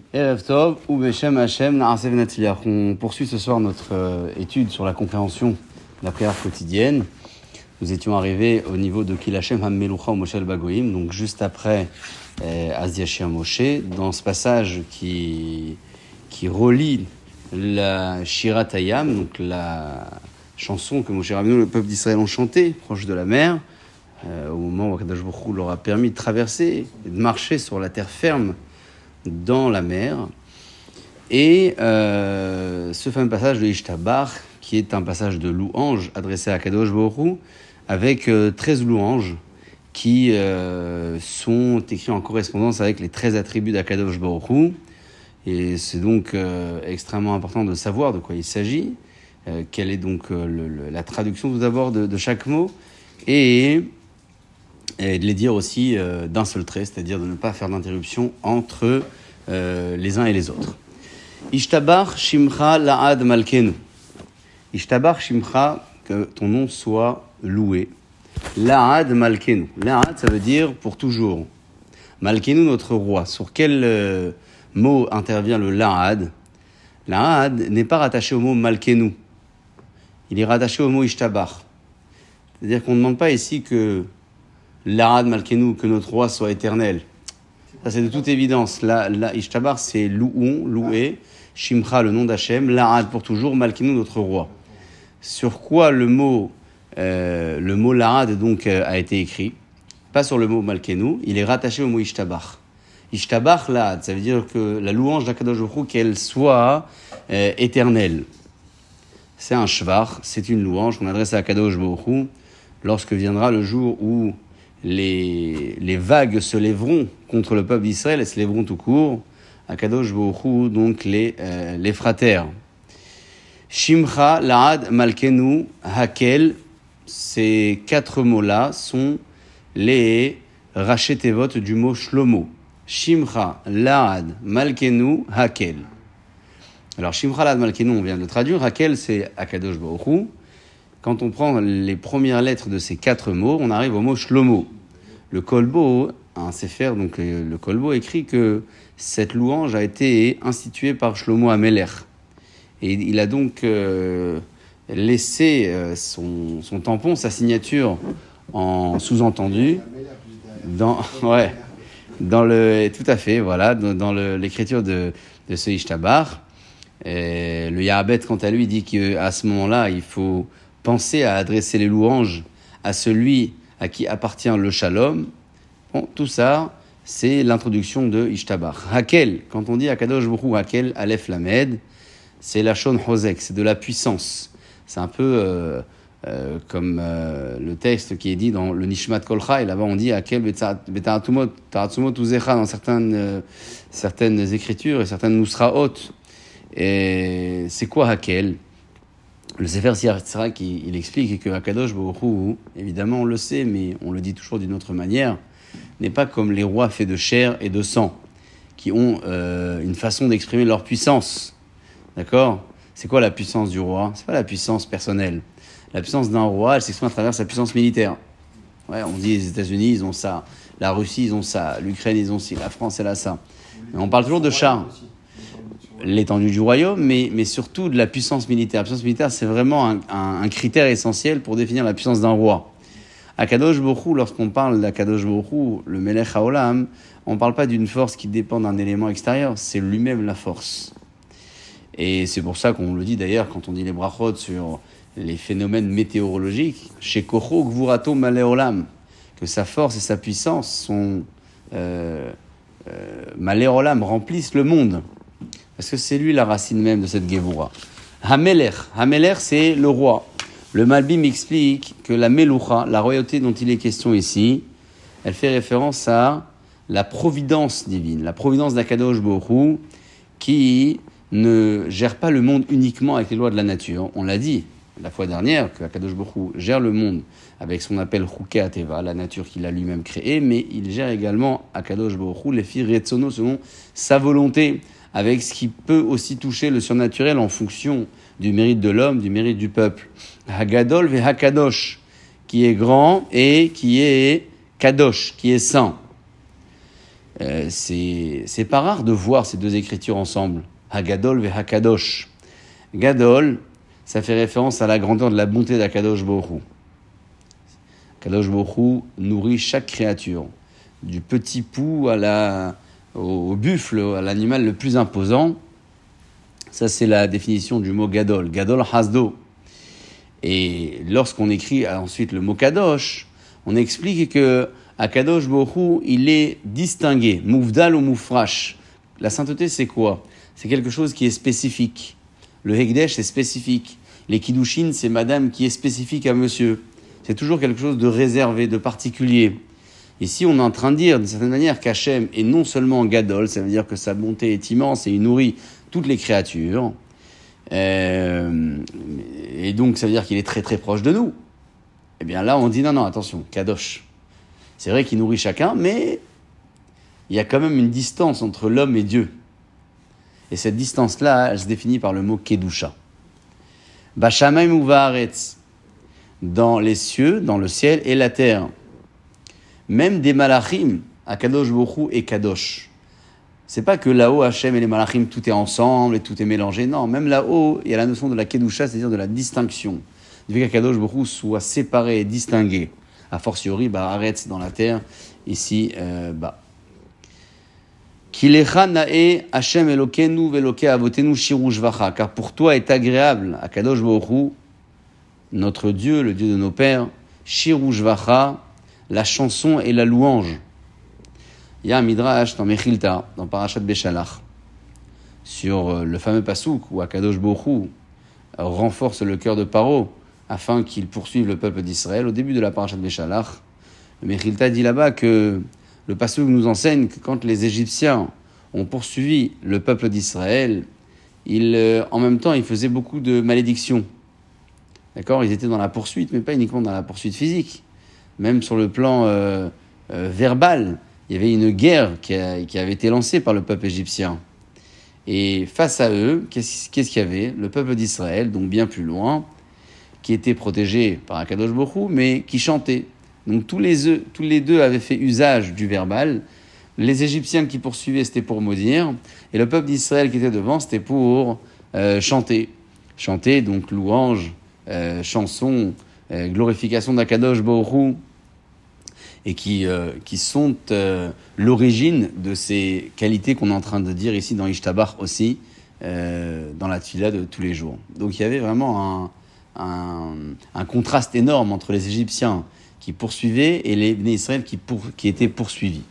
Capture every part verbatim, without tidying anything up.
Erev Tov ou Beshem Hashem Na'aseh V'Natzliach. On poursuit ce soir notre euh, étude sur la compréhension de la prière quotidienne. Nous étions arrivés au niveau de Kil Hashem HaMelucha Moshe Bagoïm, donc juste après euh, Az Yashir Moshe, dans ce passage qui, qui relie la Shirat Hayam, donc la chanson que Moshe Rabbeinu, le peuple d'Israël, ont chantée, proche de la mer, euh, au moment où Akadosh Baruch Hu leur a permis de traverser et de marcher sur la terre ferme dans la mer, et euh, ce fameux passage de Ishtabach, qui est un passage de louange adressé à Akadosh Baruch Hu, avec euh, treize louanges qui euh, sont écrits en correspondance avec les treize attributs d'Akadosh Baruch Hu. Et c'est donc euh, extrêmement important de savoir de quoi il s'agit, euh, quelle est donc euh, le, le, la traduction tout d'abord de, de chaque mot, et et de les dire aussi euh, d'un seul trait, c'est-à-dire de ne pas faire d'interruption entre euh, les uns et les autres. Ishtabach Shimcha La'ad Malkenu. Ishtabach Shimcha, que ton nom soit loué. La'ad Malkenu. La'ad, ça veut dire pour toujours. Malkenu, notre roi. Sur quel euh, mot intervient le La'ad? La'ad n'est pas rattaché au mot Malkenu. Il est rattaché au mot Ishtabach. C'est-à-dire qu'on ne demande pas ici que La'ad Malkenu, que notre roi soit éternel. Ça, c'est de toute évidence. La, la Ishtabar, c'est louon, loué. Shimcha, le nom d'Hachem. La'ad, pour toujours. Malkenu, notre roi. Sur quoi le mot, euh, le mot La'ad, donc, euh, a été écrit? Pas sur le mot Malkenu. Il est rattaché au mot Ishtabar. Ishtabar, La'ad, ça veut dire que la louange d'Akadosh Baruch Hu, qu'elle soit euh, éternelle. C'est un shvar, c'est une louange qu'on adresse à Akadosh Baruch Hu lorsque viendra le jour où Les, les vagues se lèveront contre le peuple d'Israël et se lèveront tout court. Akadosh Baruch Hu, donc les, euh, les fratères. Shimcha, La'ad, Malkenu, Hakel, ces quatre mots-là sont les rachetevot du mot Shlomo. Shimcha, La'ad, Malkenu, Hakel. Alors, Shimcha, La'ad, Malkenu, on vient de le traduire. Hakel, c'est Akadosh Baruch Hu. Quand on prend les premières lettres de ces quatre mots, on arrive au mot Shlomo. Le Kolbo, un sefer, donc le Kolbo écrit que cette louange a été instituée par Shlomo HaMelech. Et il a donc euh, laissé euh, son, son tampon, sa signature en sous-entendu dans, ouais, dans le, tout à fait, voilà, dans, dans le, l'écriture de, de ce Ishtabar. Et le Yahabet, quant à lui, dit qu'à ce moment-là, il faut penser à adresser les louanges à celui à qui appartient le shalom. Bon, tout ça, c'est l'introduction de Ishtabar. Hakel, quand on dit Akadosh Baruch Hu, Hakel, Aleph Lamed, c'est la Shon Hozek, c'est de la puissance. C'est un peu euh, euh, comme euh, le texte qui est dit dans le Nishmat Kolcha, et là-bas on dit Hakel Betaratumot, Taratumot Uzecha dans certaines, euh, certaines écritures et certaines Nusraot. Et c'est quoi Hakel? Le Sefer Sirak, il, il explique que Akadosh Baruch Hu, évidemment on le sait, mais on le dit toujours d'une autre manière, n'est pas comme les rois faits de chair et de sang, qui ont euh, une façon d'exprimer leur puissance. D'accord? C'est quoi la puissance du roi? C'est pas la puissance personnelle. La puissance d'un roi, elle s'exprime à travers sa puissance militaire. Ouais, on dit les États-Unis, ils ont ça. La Russie, ils ont ça. L'Ukraine, ils ont ci. La France, elle a ça. Mais on parle toujours de chars. L'étendue du royaume, mais, mais surtout de la puissance militaire. La puissance militaire, c'est vraiment un, un, un critère essentiel pour définir la puissance d'un roi. Akadosh Baruch Hu, lorsqu'on parle d'Akadosh Baruch Hu, le Melech HaOlam, on ne parle pas d'une force qui dépend d'un élément extérieur, c'est lui-même la force. Et c'est pour ça qu'on le dit d'ailleurs quand on dit les brachot sur les phénomènes météorologiques, chez Kocho Gvurato Malé Olam, que sa force et sa puissance sont euh, euh, Malé Olam, remplissent le monde. Parce que c'est lui la racine même de cette Gevura. Hamelech. Hamelech, c'est le roi. Le Malbim explique que la Melucha, la royauté dont il est question ici, elle fait référence à la providence divine, la providence d'Akadosh Baruch Hu, qui ne gère pas le monde uniquement avec les lois de la nature. On l'a dit la fois dernière, que Akadosh Baruch Hu gère le monde avec ce qu'on appelle Chukei Ateva, la nature qu'il a lui-même créée, mais il gère également Akadosh Baruch Hu, les filles Retzono, selon sa volonté, avec ce qui peut aussi toucher le surnaturel en fonction du mérite de l'homme, du mérite du peuple. Hagadol ve Hakadosh, qui est grand et qui est Kadosh, qui est saint. euh, c'est, c'est pas rare de voir ces deux écritures ensemble. Hagadol ve Hakadosh. Gadol, ça fait référence à la grandeur de la bonté d'Akadosh Baruch Hu. Akadosh Baruch Hu nourrit chaque créature, du petit pou à la, au, au buffle, à l'animal le plus imposant. Ça, c'est la définition du mot Gadol. Gadol Hasdo. Et lorsqu'on écrit ensuite le mot Kadosh, on explique que Akadosh Baruch Hu, il est distingué. Mouvdal ou Moufrash. La sainteté, c'est quoi? C'est quelque chose qui est spécifique. Le Hekdesh, c'est spécifique. Les Kiddushin, c'est madame qui est spécifique à monsieur. C'est toujours quelque chose de réservé, de particulier. Ici, on est en train de dire, d'une certaine manière, qu'Hachem est non seulement Gadol, ça veut dire que sa bonté est immense et il nourrit toutes les créatures. Euh, et donc, ça veut dire qu'il est très très proche de nous. Eh bien là, on dit non, non, attention, Kadosh. C'est vrai qu'il nourrit chacun, mais il y a quand même une distance entre l'homme et Dieu. Et cette distance-là, elle se définit par le mot Kedusha. Bashamayim uvaretz. Dans les cieux, dans le ciel et la terre. Même des malachim, Akadosh Baruch Hu et Kadosh. C'est pas que là-haut, Hachem et les malachim, tout est ensemble et tout est mélangé. Non, même là-haut, il y a la notion de la Kedusha, c'est-à-dire de la distinction. Du fait qu'Akadosh Baruch Hu soit séparé et distingué. A fortiori, bah, arrête dans la terre, ici, euh, bas. Kilecha na'e Hachem Elokenu veloke avotenu shiru shvacha. Car pour toi est agréable, Akadosh Baruch Hu, notre Dieu, le Dieu de nos pères, Shiru Shvacha, la chanson et la louange. Il y a un midrash dans Mechilta, dans Parashat Beshalach, sur le fameux pasouk où Akadosh Baruch Hu renforce le cœur de Paro afin qu'il poursuive le peuple d'Israël. Au début de la Parashat Beshalach, le Mechilta dit là-bas que le pasouk nous enseigne que quand les Égyptiens ont poursuivi le peuple d'Israël, ils, en même temps, ils faisaient beaucoup de malédictions. D'accord, ils étaient dans la poursuite, mais pas uniquement dans la poursuite physique. Même sur le plan euh, euh, verbal, il y avait une guerre qui, a, qui avait été lancée par le peuple égyptien. Et face à eux, qu'est-ce, qu'est-ce qu'il y avait? Le peuple d'Israël, donc bien plus loin, qui était protégé par Akadosh Baruch Hu, mais qui chantait. Donc tous les, tous les deux avaient fait usage du verbal. Les Égyptiens qui poursuivaient, c'était pour maudire. Et le peuple d'Israël qui était devant, c'était pour euh, chanter. Chanter, donc louange, Euh, chansons, euh, glorification d'Akadosh Baruch Hu, et qui, euh, qui sont euh, l'origine de ces qualités qu'on est en train de dire ici dans Ishtabach aussi, euh, dans la tfila de tous les jours. Donc il y avait vraiment un, un, un contraste énorme entre les Égyptiens qui poursuivaient et les Bnei Israël qui, pour, qui étaient poursuivis.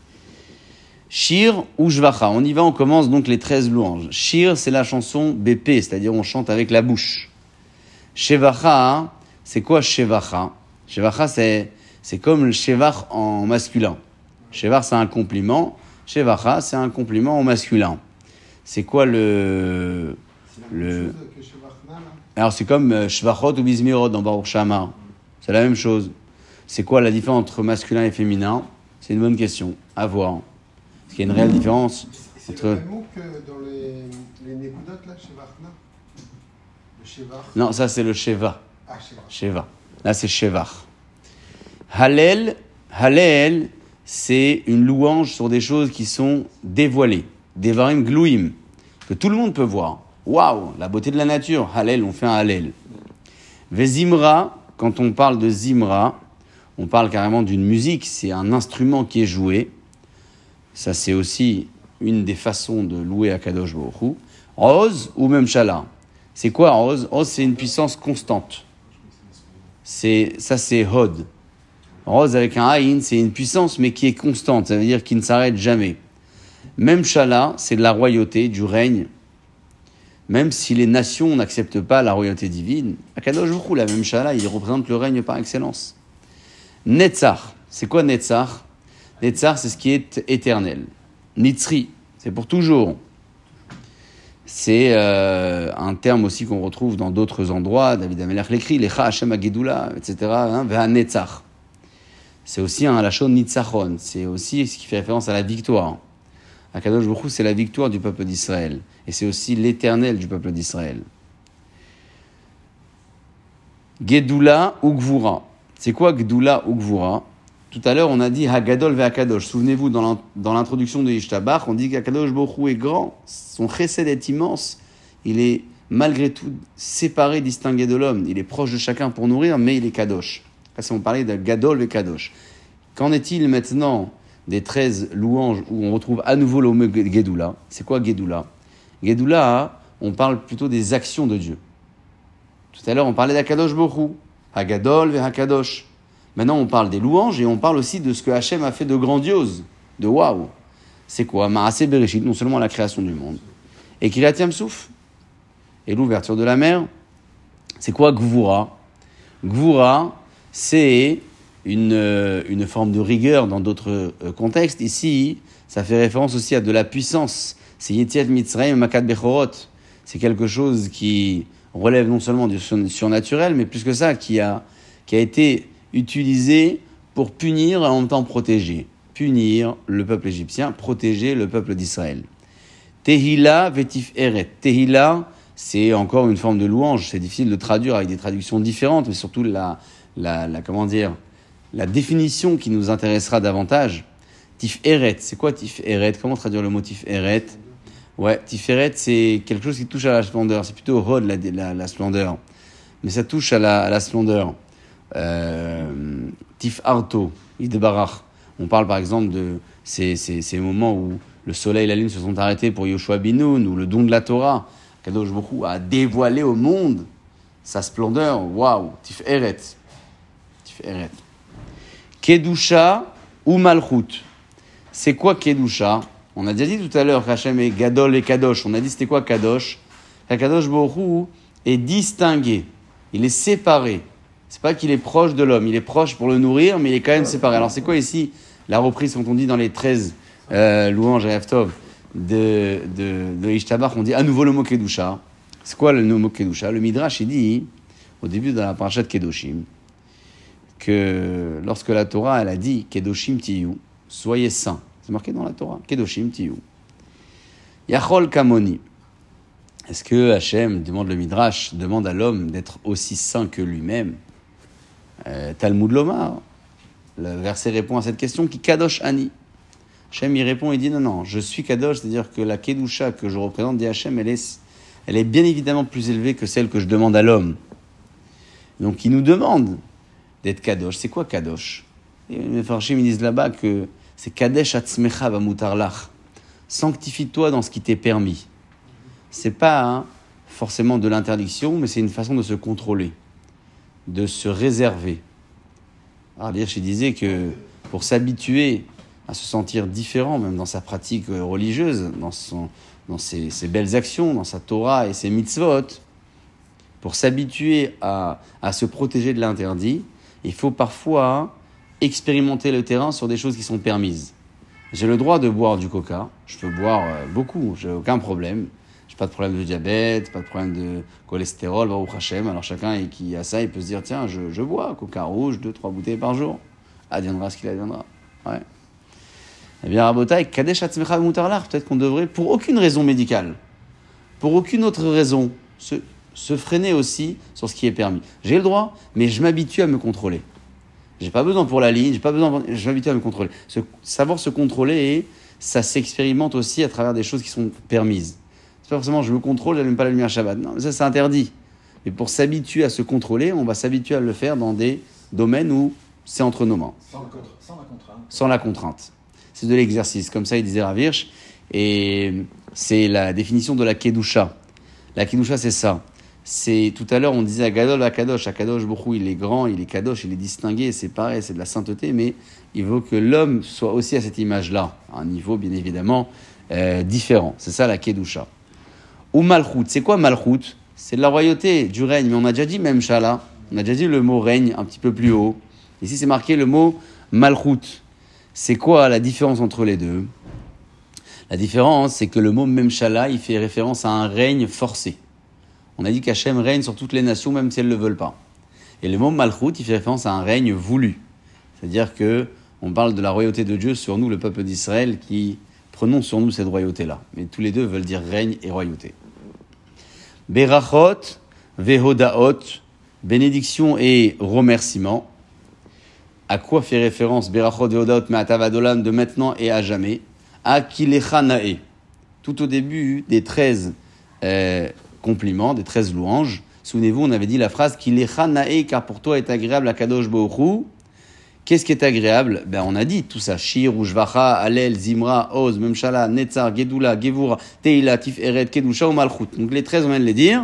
Shir ou Shvacha, on y va, on commence donc les treize louanges. Shir, c'est la chanson B P, c'est-à-dire on chante avec la bouche. Shevacha, c'est quoi Shevacha? Shevacha, c'est, c'est comme le Shevach en masculin. Shevach, c'est un compliment. Shevacha, c'est un compliment au masculin. C'est quoi le... C'est la même le... chose que Shevachna, là. Alors, c'est comme euh, Shvachot ou Bizmirot dans Baruch Shama. C'est la même chose. C'est quoi la différence entre masculin et féminin? C'est une bonne question. À voir. Parce qu'il y a une réelle différence C'est entre... le même mot que dans les, les Nekudot, là, Shevachna. Le Shevach. Non, ça, c'est le Sheva. Ah, Shevach. Sheva. Là, c'est Shevach. Hallel, Hallel, c'est une louange sur des choses qui sont dévoilées. Devarim glouim, que tout le monde peut voir. Waouh, la beauté de la nature. Hallel, on fait un Hallel. Vezimra, quand on parle de Zimra, on parle carrément d'une musique. C'est un instrument qui est joué. Ça, c'est aussi une des façons de louer Akadosh Baruch Hu. Oz ou même Shala. C'est quoi Oz? Oz, c'est une puissance constante. C'est, ça, c'est Hod. Oz avec un Aïn, c'est une puissance, mais qui est constante. Ça veut dire qu'il ne s'arrête jamais. Même Shala, c'est de la royauté, du règne. Même si les nations n'acceptent pas la royauté divine, Akadosh Baruch Hu, la même Shala, il représente le règne par excellence. Netzach, c'est quoi Netzach? Netzach, c'est ce qui est éternel. Nitzri, c'est pour toujours. C'est euh, un terme aussi qu'on retrouve dans d'autres endroits. David Amelech l'écrit, Lecha Hashem Agedula, et cetera. Hein, Ve'anetzach. C'est aussi un lachon nitzachon. C'est aussi ce qui fait référence à la victoire. Akadosh Baruch Hu, c'est la victoire du peuple d'Israël. Et c'est aussi l'éternel du peuple d'Israël. Gedula ou Gvura. C'est quoi Gdula ou Gvura? tout à l'heure, on a dit Hagadol ve'Akadosh. Souvenez-vous, dans l'introduction de Yishtabach, on dit qu'Akadosh Baruch Hu est grand, son chesed est immense, il est malgré tout séparé, distingué de l'homme. Il est proche de chacun pour nourrir, mais il est Kadosh. Là, c'est on parlait de Gadol et Kadosh. Qu'en est-il maintenant des treize louanges où on retrouve à nouveau le mot Gedoula? C'est quoi Gedoula? Gedoula, on parle plutôt des actions de Dieu. Tout à l'heure, on parlait d'Akadosh Baruch Hu, Hagadol ve Hakadosh. Maintenant, on parle des louanges et on parle aussi de ce que Hachem a fait de grandiose, de waouh. C'est quoi? Maaseh Bereshit, non seulement la création du monde, et Kiryat Yam-Souf, et l'ouverture de la mer. C'est quoi Gvura? Gvura, c'est une, une forme de rigueur dans d'autres contextes. Ici, ça fait référence aussi à de la puissance. C'est Yetziat Mitzrayim Makat Bechorot. C'est quelque chose qui relève non seulement du surnaturel, mais plus que ça, qui a, qui a été utilisé pour punir et en même temps protéger. Punir le peuple égyptien, protéger le peuple d'Israël. Tehila vetif eret. Tehila, c'est encore une forme de louange. C'est difficile de traduire avec des traductions différentes, mais surtout la, la, la, comment dire, la définition qui nous intéressera davantage. Tif eret, c'est quoi tif eret? Comment traduire le mot tif eret? Ouais, tif eret, c'est quelque chose qui touche à la splendeur. C'est plutôt rod, la, la, la splendeur. Mais ça touche à la, à la splendeur. Euh, tif arto, idbarach. On parle par exemple de ces, ces, ces moments où le soleil et la lune se sont arrêtés pour Yoshua bin Nun, ou le don de la Torah. Kadosh Baruch Hu a dévoilé au monde sa splendeur. Waouh, tif eret. Tif eret. Kedusha ou Malchut. C'est quoi Kedusha? On a déjà dit tout à l'heure qu'Hachem est Gadol et Kadosh. On a dit c'était quoi Kadosh? Kadosh Baruch Hu est distingué. Il est séparé. C'est pas qu'il est proche de l'homme. Il est proche pour le nourrir, mais il est quand même séparé. Alors c'est quoi ici la reprise quand on dit dans les treize euh, louanges à Yaftov de, de, de Ishtabach, on dit à nouveau le mot Kedusha. C'est quoi le mot Kedusha? Le Midrash, il dit, au début de la parashat Kedoshim, que lorsque la Torah, elle a dit Kedoshim tiyu, soyez saints. C'est marqué dans la Torah. Kedoshim tiyu. Yachol kamoni. Est-ce que Hachem, demande le Midrash, demande à l'homme d'être aussi saint que lui-même? euh, Talmud Lomar, le verset répond à cette question, qui Kadosh Ani. Hachem y répond, il dit non, non, je suis Kadosh, c'est-à-dire que la Kedusha que je représente, dit Hachem, elle est, elle est bien évidemment plus élevée que celle que je demande à l'homme. Donc il nous demande d'être Kadosh. C'est quoi Kadosh? Et les Farshim, ils disent là-bas que c'est Kadesh Atzmecha Bamutarlach. Sanctifie-toi dans ce qui t'est permis. C'est pas hein, forcément de l'interdiction, mais c'est une façon de se contrôler, de se réserver. Alors, Hirsch disait que pour s'habituer à se sentir différent, même dans sa pratique religieuse, dans, son, dans ses, ses belles actions, dans sa Torah et ses mitzvot, pour s'habituer à, à se protéger de l'interdit, il faut parfois expérimenter le terrain sur des choses qui sont permises. J'ai le droit de boire du coca, je peux boire beaucoup, j'ai aucun problème. J'ai pas de problème de diabète, pas de problème de cholestérol, Baruch Hashem. Alors chacun qui a ça, il peut se dire, tiens, je, je bois coca rouge, deux, trois bouteilles par jour. Adviendra ce qu'il adviendra. Ouais. Eh bien, Rabotai, Kadesh Atzmecha Mutarlar, peut-être qu'on devrait, pour aucune raison médicale, pour aucune autre raison, se, se freiner aussi sur ce qui est permis. J'ai le droit, mais je m'habitue à me contrôler. J'ai pas besoin pour la ligne, j'ai pas besoin, je m'habitue à me contrôler. Ce, savoir se contrôler, et ça s'expérimente aussi à travers des choses qui sont permises. C'est pas forcément je me contrôle, j'allume pas la lumière Shabbat. Non, mais ça c'est interdit. Mais pour s'habituer à se contrôler, on va s'habituer à le faire dans des domaines où c'est entre nos mains. Sans, le, sans la contrainte. Sans la contrainte. C'est de l'exercice, comme ça il disait Rav Hirsch. Et c'est la définition de la Kedusha. La Kedusha, c'est ça. C'est, tout à l'heure, on disait à Gadol, à Kadosh. À Kadosh, beaucoup, il est grand, il est Kadosh, il est distingué, c'est pareil, c'est de la sainteté, mais il veut que l'homme soit aussi à cette image-là, à un niveau, bien évidemment, euh, différent. C'est ça, la Kedusha. Ou Malchut. C'est quoi Malchut? C'est de la royauté, du règne. Mais on a déjà dit même Shala. On a déjà dit le mot règne un petit peu plus haut. Ici, c'est marqué le mot Malchut. C'est quoi la différence entre les deux? La différence, c'est que le mot Memshala, il fait référence à un règne forcé. On a dit qu'Hachem règne sur toutes les nations, même si elles ne le veulent pas. Et le mot Malchut, il fait référence à un règne voulu. C'est-à-dire qu'on parle de la royauté de Dieu sur nous, le peuple d'Israël, qui prenons sur nous cette royauté-là. Mais tous les deux veulent dire règne et royauté. Berachot, vehodaot, bénédiction et remerciement. À quoi fait référence Berachot ve'odaot me'atav ad olam de maintenant et à jamais? À Kilecha Nae. Tout au début des treize euh, compliments, des treize louanges, souvenez-vous, on avait dit la phrase Kilecha Nae, car pour toi est agréable à Kadosh Baruch Hu. Qu'est-ce qui est agréable? Ben, on a dit tout ça. Shir, Ushvacha, Alel, Zimra, Oz, Memshala, Netzar, Gedula, Gevura, Teila, Tiferet, Kedusha ou Malchut. Donc les treize, on vient de les dire.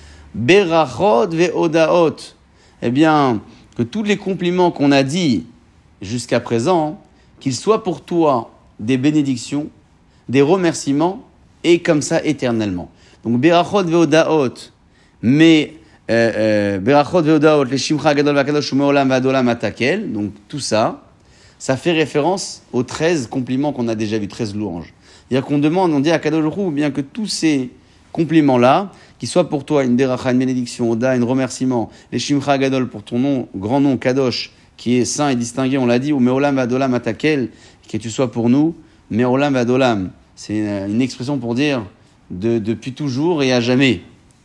Berachot ve'odaot. Eh bien, que tous les compliments qu'on a dit jusqu'à présent, qu'ils soient pour toi des bénédictions, des remerciements, et comme ça éternellement. Donc, Berachot ve'odaot, mais Berachot ve'odaot, les Shimcha Gadol v'Akadosh u'me'olam v'adolam atakel, donc tout ça, ça fait référence aux treize compliments qu'on a déjà vus, treize louanges. C'est-à-dire qu'on demande, on dit à Kadosh Baruch Hu, bien que tous ces compliments-là, qu'ils soient pour toi une beracha, une bénédiction, oda, un remerciement, les Shimcha Gadol pour ton nom, grand nom Kadosh, qui est saint et distingué, on l'a dit, ou me'olam v'adolam atakel, que tu sois pour nous, me'olam v'adolam. C'est une expression pour dire de, depuis toujours et à jamais.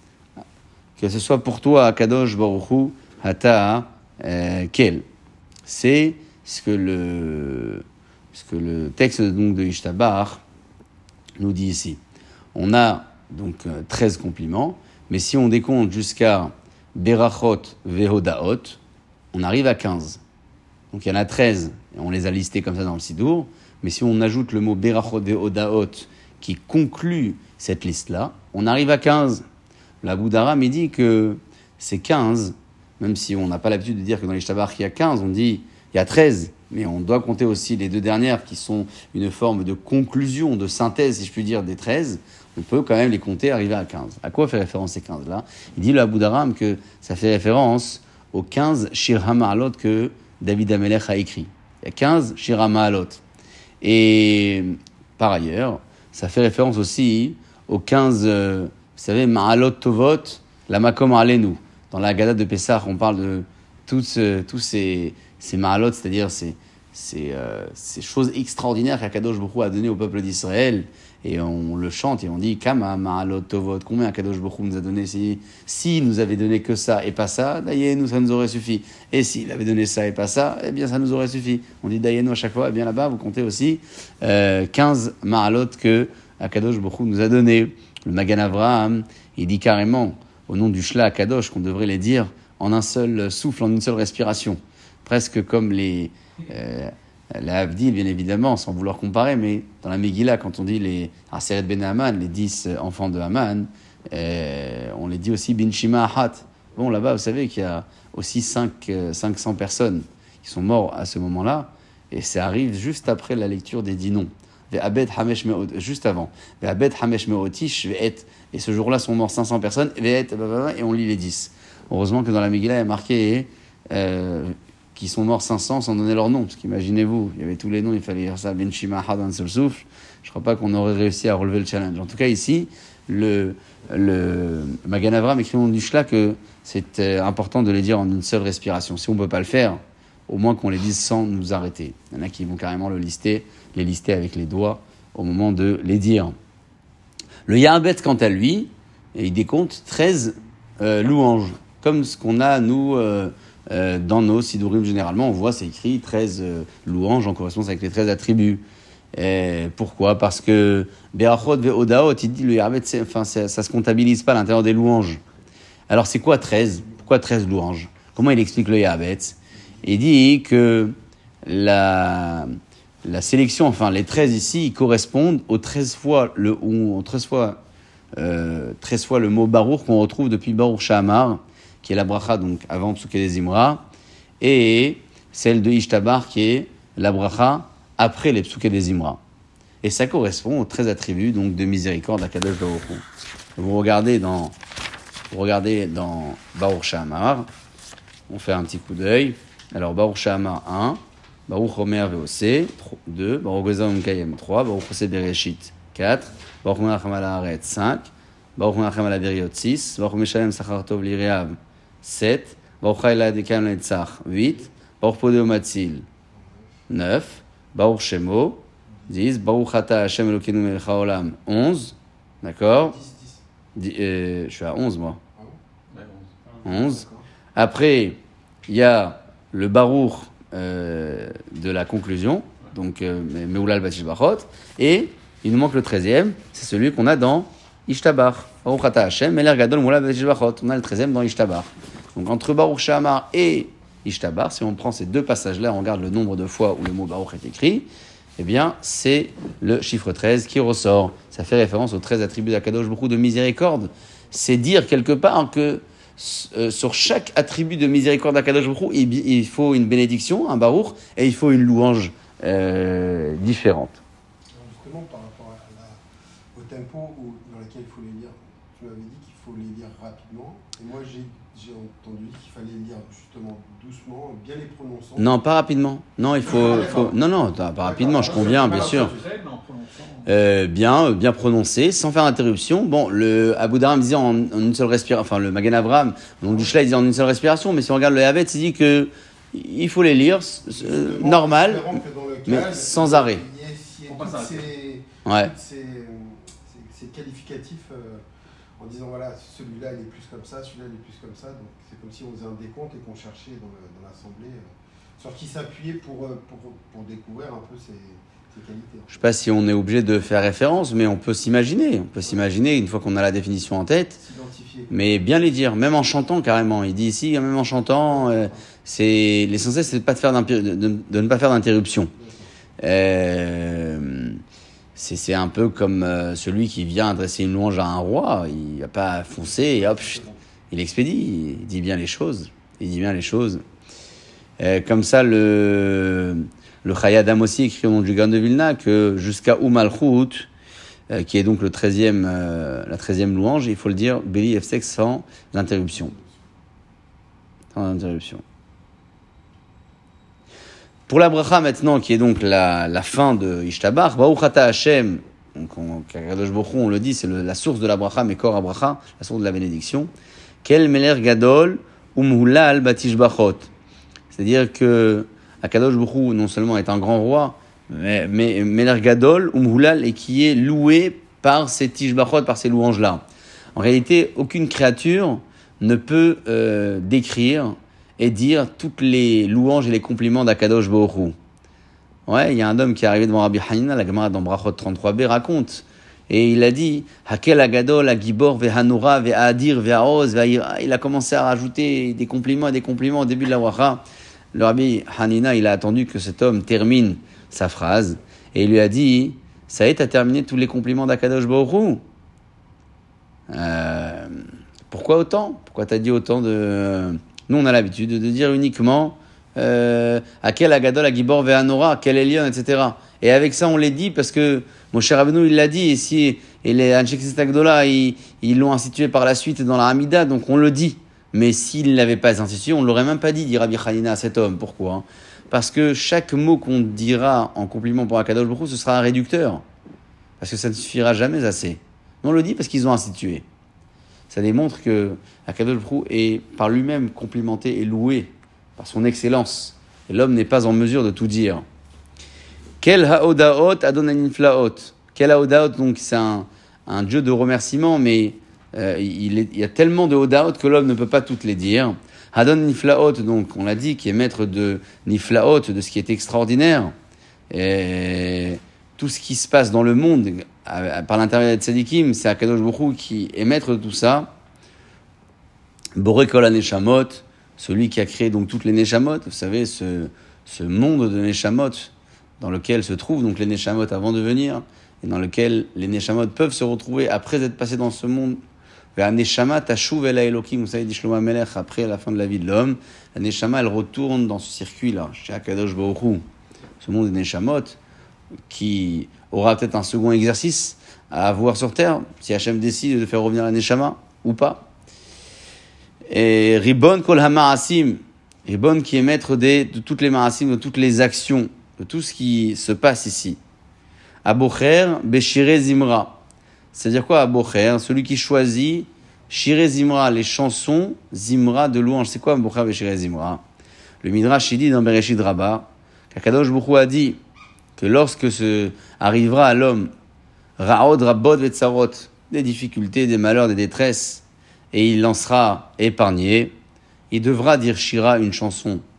Que ce soit pour toi, Kadosh Baruch Hu, Hata euh, Kel. C'est ce que le, ce que le texte donc, de Ishtabach nous dit ici. On a donc euh, treize compliments, mais si on décompte jusqu'à Berachot Vehodaot, on arrive à quinze. Donc il y en a treize, et on les a listés comme ça dans le Sidour, mais si on ajoute le mot Berachot Vehodaot qui conclut cette liste-là, on arrive à quinze. La Bouddhara me dit que c'est quinze, même si on n'a pas l'habitude de dire que dans les Shtabach il y a quinze, on dit il y a treize, mais on doit compter aussi les deux dernières qui sont une forme de conclusion, de synthèse, si je puis dire, des treize. On peut quand même les compter, arriver à quinze. À quoi fait référence ces quinze-là? Il dit, le Aboudaram, que ça fait référence aux quinze Shir HaMa'alot que David Amelech a écrit. Il y a quinze Shir HaMa'alot. Et par ailleurs, ça fait référence aussi aux quinze, euh, vous savez, Ma'alot Tovot, la Makom Alenu. Dans la Haggadah de Pessah, on parle de tous, euh, tous ces, ces Ma'alot, c'est-à-dire ces, ces, euh, ces choses extraordinaires qu'Akadosh Baruch Hu a données au peuple d'Israël. Et on le chante et on dit Kama Ma'alot Tovot, combien Akadosh Baruch Hu nous a donné? Si, si nous avait donné que ça et pas ça, Dayenu, ça nous aurait suffi. Et s'il avait donné ça et pas ça, eh bien ça nous aurait suffi. On dit Dayenu à chaque fois, et bien là-bas, vous comptez aussi euh, quinze Ma'alot que Akadosh Baruch Hu nous a donné. Le Magan Avraham, il dit carrément, au nom du Shla Akadosh, qu'on devrait les dire en un seul souffle, en une seule respiration. Presque comme les... Euh, la Havdil, bien évidemment, sans vouloir comparer, mais dans la Megillah, quand on dit les Aseret Ben Haman, les dix enfants de Haman, euh, on les dit aussi Bin Shima Ahat. Bon, là-bas, vous savez qu'il y a aussi cinq cents personnes qui sont morts à ce moment-là, et ça arrive juste après la lecture des dix noms. Juste avant. Et ce jour-là sont morts cinq cents personnes, et on lit les dix. Heureusement que dans la Megillah, il y a marqué euh, qu'ils sont morts cinq cents sans donner leur nom. Parce qu'imaginez-vous, il y avait tous les noms, il fallait dire ça, Ben Shima Had d'un seul souffle. Je ne crois pas qu'on aurait réussi à relever le challenge. En tout cas, ici, le, le Magan Avraham écrit au nom du Shla que c'est important de les dire en une seule respiration. Si on ne peut pas le faire, au moins qu'on les dise sans nous arrêter. Il y en a qui vont carrément le lister, les lister avec les doigts au moment de les dire. Le Yarbet, quant à lui, il décompte treize euh, louanges, comme ce qu'on a, nous, euh, euh, dans nos Sidurim généralement. On voit, c'est écrit treize euh, louanges en correspondance avec les treize attributs. Et pourquoi? Parce que Berachot ve'odaot, il dit le Yarbet, enfin, ça, ça se comptabilise pas à l'intérieur des louanges. Alors c'est quoi treize? Pourquoi treize louanges? Comment il explique le Yarbet? Il dit que la, la sélection, enfin les treize ici, ils correspondent aux treize fois le, ou aux treize fois, euh, treize fois le mot Baruch qu'on retrouve depuis Baruch Sha'amar, qui est la bracha donc avant Psuké des Zimra, et celle de Ishtabar qui est la bracha après les Psuké des Zimra. Et ça correspond aux treize attributs donc de miséricorde à Kadosh Baruch Hu. Vous regardez dans, vous regardez dans Baruch Sha'amar, on fait un petit coup d'œil. Alors, Baruch Sha'amar un, Baruch Omer Ve'oseh deux, Baruch Gozah Umkayem trois, Baruch Oseh Bereshit quatre, Baruch Menachem Al Haaretz cinq, Baruch Menachem Al Aberiot six, Baruch Meshalem Sachar Tov L'Iriav sept, Baruch Hayla Dekam Letzach huit, Baruch Podeo Matzil neuf, Baruch Shemo dix, Baruch Ata Hashem Elokeinu Melech HaOlam onze, d'accord? dix, dix. Euh, je suis à onze moi. onze. Après, il y a le Baruch euh, de la conclusion, donc euh, Meoulal Batishbachot, et il nous manque le treizième, c'est celui qu'on a dans Ishtabar. Baruch Ata Hashem, Meler Gadol Meoulal Batishbachot. On a le treizième dans Ishtabar. Donc entre Baruch She'amar et Ishtabar, si on prend ces deux passages-là, on regarde le nombre de fois où le mot Baruch est écrit, eh bien, c'est le chiffre treize qui ressort. Ça fait référence aux treize attributs d'Akadosh Baruch Hu de miséricorde. C'est dire quelque part que euh, sur chaque attribut de miséricorde d'Akadosh Baruch Hu, il, il faut une bénédiction, un Baruch, et il faut une louange euh, différente. Justement, par rapport à la, au tempo où, dans lequel il faut les lire, tu m'avais dit qu'il faut les lire rapidement, et moi j'ai, j'ai entendu qu'il fallait les lire justement doucement, bien les prononçant. Non, pas rapidement. Non, il faut, Ah, faut... non, non, pas rapidement. Je conviens, bien sûr. Euh, bien, bien prononcé, sans faire d'interruption. Bon, le Abu Dharam disait en, en une seule respiration, enfin le Magen Avraham, donc du Shla, il disait en une seule respiration, mais si on regarde le Havetz, il dit que il faut les lire euh, normal, mais cas, sans arrêt. Il y a, il y a toutes ces, Ouais. toutes ces, ces, ces qualificatifs euh, en disant voilà, celui-là il est plus comme ça, celui-là il est plus comme ça. Donc c'est comme si on faisait un décompte et qu'on cherchait dans, le, dans l'assemblée euh, sur qui s'appuyer pour, pour, pour découvrir un peu ces. Je ne sais pas si on est obligé de faire référence, mais on peut s'imaginer. On peut s'imaginer, une fois qu'on a la définition en tête, mais bien les dire, même en chantant carrément. Il dit ici, même en chantant, euh, c'est, l'essentiel c'est de, pas de, faire de, de, de ne pas faire d'interruption. Euh, c'est, c'est un peu comme euh, celui qui vient adresser une louange à un roi. Il va pas foncer et hop, chut, il expédie, il dit bien les choses. Il dit bien les choses. Euh, comme ça, le... Le Chayadam aussi écrit au nom du Gaon de Vilna que jusqu'à Oumalchut, euh, qui est donc le treizième, euh, la treizième louange, il faut le dire Beli Efsek sans interruption. Sans interruption. Pour la bracha maintenant, qui est donc la, la fin de Ishtabar, Baruch Ata Hashem, donc on, Kadosh Baruch Hu, on le dit, c'est le, la source de la bracha, Mekor HaBracha, la source de la bénédiction. Kel Meler Gadol Umhulal Batishbachot. C'est-à-dire que Akadosh Baruch Hu, non seulement est un grand roi, mais, mais Meler Gadol, Umhulal, et qui est loué par ces tishbachot, par ces louanges-là. En réalité, aucune créature ne peut euh, décrire et dire toutes les louanges et les compliments d'Akadosh Baruch Hu. Ouais, il y a un homme qui est arrivé devant Rabbi Hanina, la Gemara dans Brachot trente-trois b raconte, et il a dit Hakel Agadol, Agibor, Vehanura, Vehadir, Vehaoz, Vehaira. Il a commencé à rajouter des compliments et des compliments au début de la Wacha. Le Rabbi Hanina, il a attendu que cet homme termine sa phrase et il lui a dit « Ça y est, t'as terminé tous les compliments d'Akadosh Baruch Hu euh, pourquoi autant ? Pourquoi t'as dit autant de... Nous, on a l'habitude de dire uniquement euh, « Akel Agadol Agibor Ve'anora, Kel Elion, et cetera » Et avec ça, on les dit parce que mon cher Rabbeinu, il l'a dit, et, si, et les Anshek Agdola, ils, ils l'ont institué par la suite dans la Hamida, donc on le dit. Mais s'il ne l'avait pas institué, on ne l'aurait même pas dit, dit Rabbi Hanina à cet homme. Pourquoi ? Parce que chaque mot qu'on dira en compliment pour Akadosh Baruch Hu, ce sera un réducteur. Parce que ça ne suffira jamais assez. Mais on le dit parce qu'ils ont institué. Ça démontre que Akadosh Baruch Hu est par lui-même complimenté et loué par son excellence. Et l'homme n'est pas en mesure de tout dire. Quel ha'odaot adonanin flaot. Quel ha'odaot, donc c'est un, un dieu de remerciement, mais... Euh, il, est, il y a tellement de hodaot que l'homme ne peut pas toutes les dire. Hadon Niflaot, donc on l'a dit, qui est maître de Niflaot, de ce qui est extraordinaire. Et tout ce qui se passe dans le monde, par l'intermédiaire de Tzadikim, c'est Akadosh Baruch Hu qui est maître de tout ça. Boré Kol HaNeshamot, celui qui a créé donc toutes les Neshamot, vous savez, ce, ce monde de Neshamot dans lequel se trouvent donc les Neshamot avant de venir, et dans lequel les Neshamot peuvent se retrouver après être passés dans ce monde. La Neshama tashuv el Elokim, vous savez, dit Shlomo HaMelech, après la fin de la vie de l'homme, la Neshama, elle retourne dans ce circuit-là, chez Akadosh Baruch Hu, ce monde des Neshamot, qui aura peut-être un second exercice à avoir sur terre, si Hachem décide de faire revenir la Neshama, ou pas. Et Ribon Kol HaMa'asim, Ribon qui est maître des, de toutes les Ma'asim, de toutes les actions, de tout ce qui se passe ici. Abocher Beshire Zimra. C'est-à-dire quoi, Abocher ? Celui qui choisit Shire Zimra, les chansons Zimra de louange. C'est quoi Abocher Beshire Zimra ? Le Midrash il dit dans Bereshit Rabbah qu'Akadosh Baruch Hu a dit que lorsque ce arrivera à l'homme Ra'od Rabot Vetzarot, des difficultés, des malheurs, des détresses, et il en sera épargné, il devra dire Shira, une chanson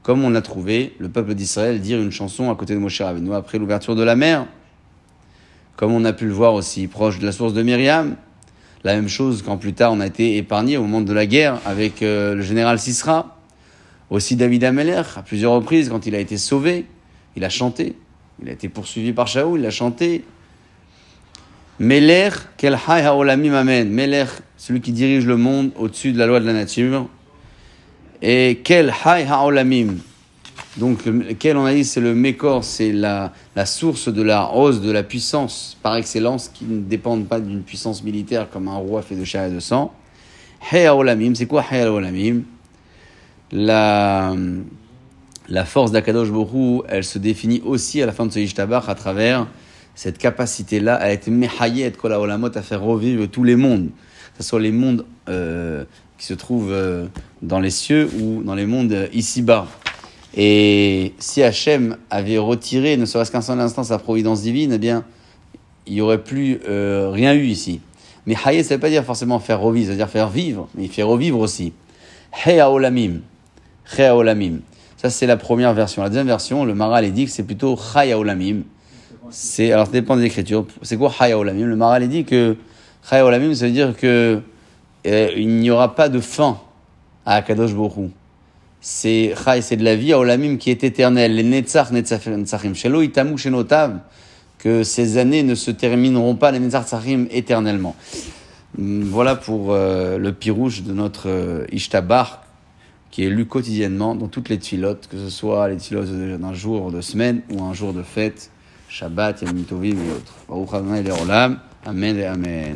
comme on a trouvé le peuple d'Israël dire une chanson à côté de Moshe Rabbeinu après l'ouverture de la mer, comme on a pu le voir aussi proche de la source de Myriam. La même chose quand plus tard on a été épargné au moment de la guerre avec euh, le général Sisra. Aussi David Ameler, à plusieurs reprises, quand il a été sauvé, il a chanté. Il a été poursuivi par Shaoul, il a chanté. Meler, kel hay haolamim amen. Meler, celui qui dirige le monde au-dessus de la loi de la nature. Et quel hay haolamim. Donc, lequel on a dit, c'est le Mékor, c'est la, la source de la hausse, de la puissance par excellence, qui ne dépendent pas d'une puissance militaire comme un roi fait de chair et de sang. Hay haolamim, c'est quoi hay haolamim? La, la force d'Akadosh Baruch Hu, elle se définit aussi à la fin de ce Yishtabach à travers cette capacité-là à être mehayet kol haolamot, à faire revivre tous les mondes, que ce soit les mondes euh, qui se trouvent euh, dans les cieux ou dans les mondes euh, ici-bas. Et si Hachem avait retiré, ne serait-ce qu'un seul instant, sa providence divine, eh bien, il n'y aurait plus euh, rien eu ici. Mais hayet, ça ne veut pas dire forcément faire revivre, c'est-à-dire faire vivre, mais il fait revivre aussi. Hey haolamim. Hey haolamim. Ça, c'est la première version. La deuxième version, le Maharal dit que c'est plutôt Chay haolamim. C'est, alors, ça dépend des écritures. C'est quoi Chay haolamim? Le Maharal dit que Chay haolamim, ça veut dire que euh, il n'y aura pas de fin à Akadosh Baruch Hu. C'est Chay, c'est de la vie, haolamim qui est éternelle. Les netzach netzachim shelo itamu shenotav, que ces années ne se termineront pas, les netzach netzachim éternellement. Voilà pour euh, le pirouche de notre euh, Ishtabach, qui est lu quotidiennement dans toutes les tfilotes, que ce soit les tfilotes d'un jour de semaine ou un jour de fête, Shabbat, Yom Tovim et autres. Baruch Adonai Le'olam, Amen et Amen.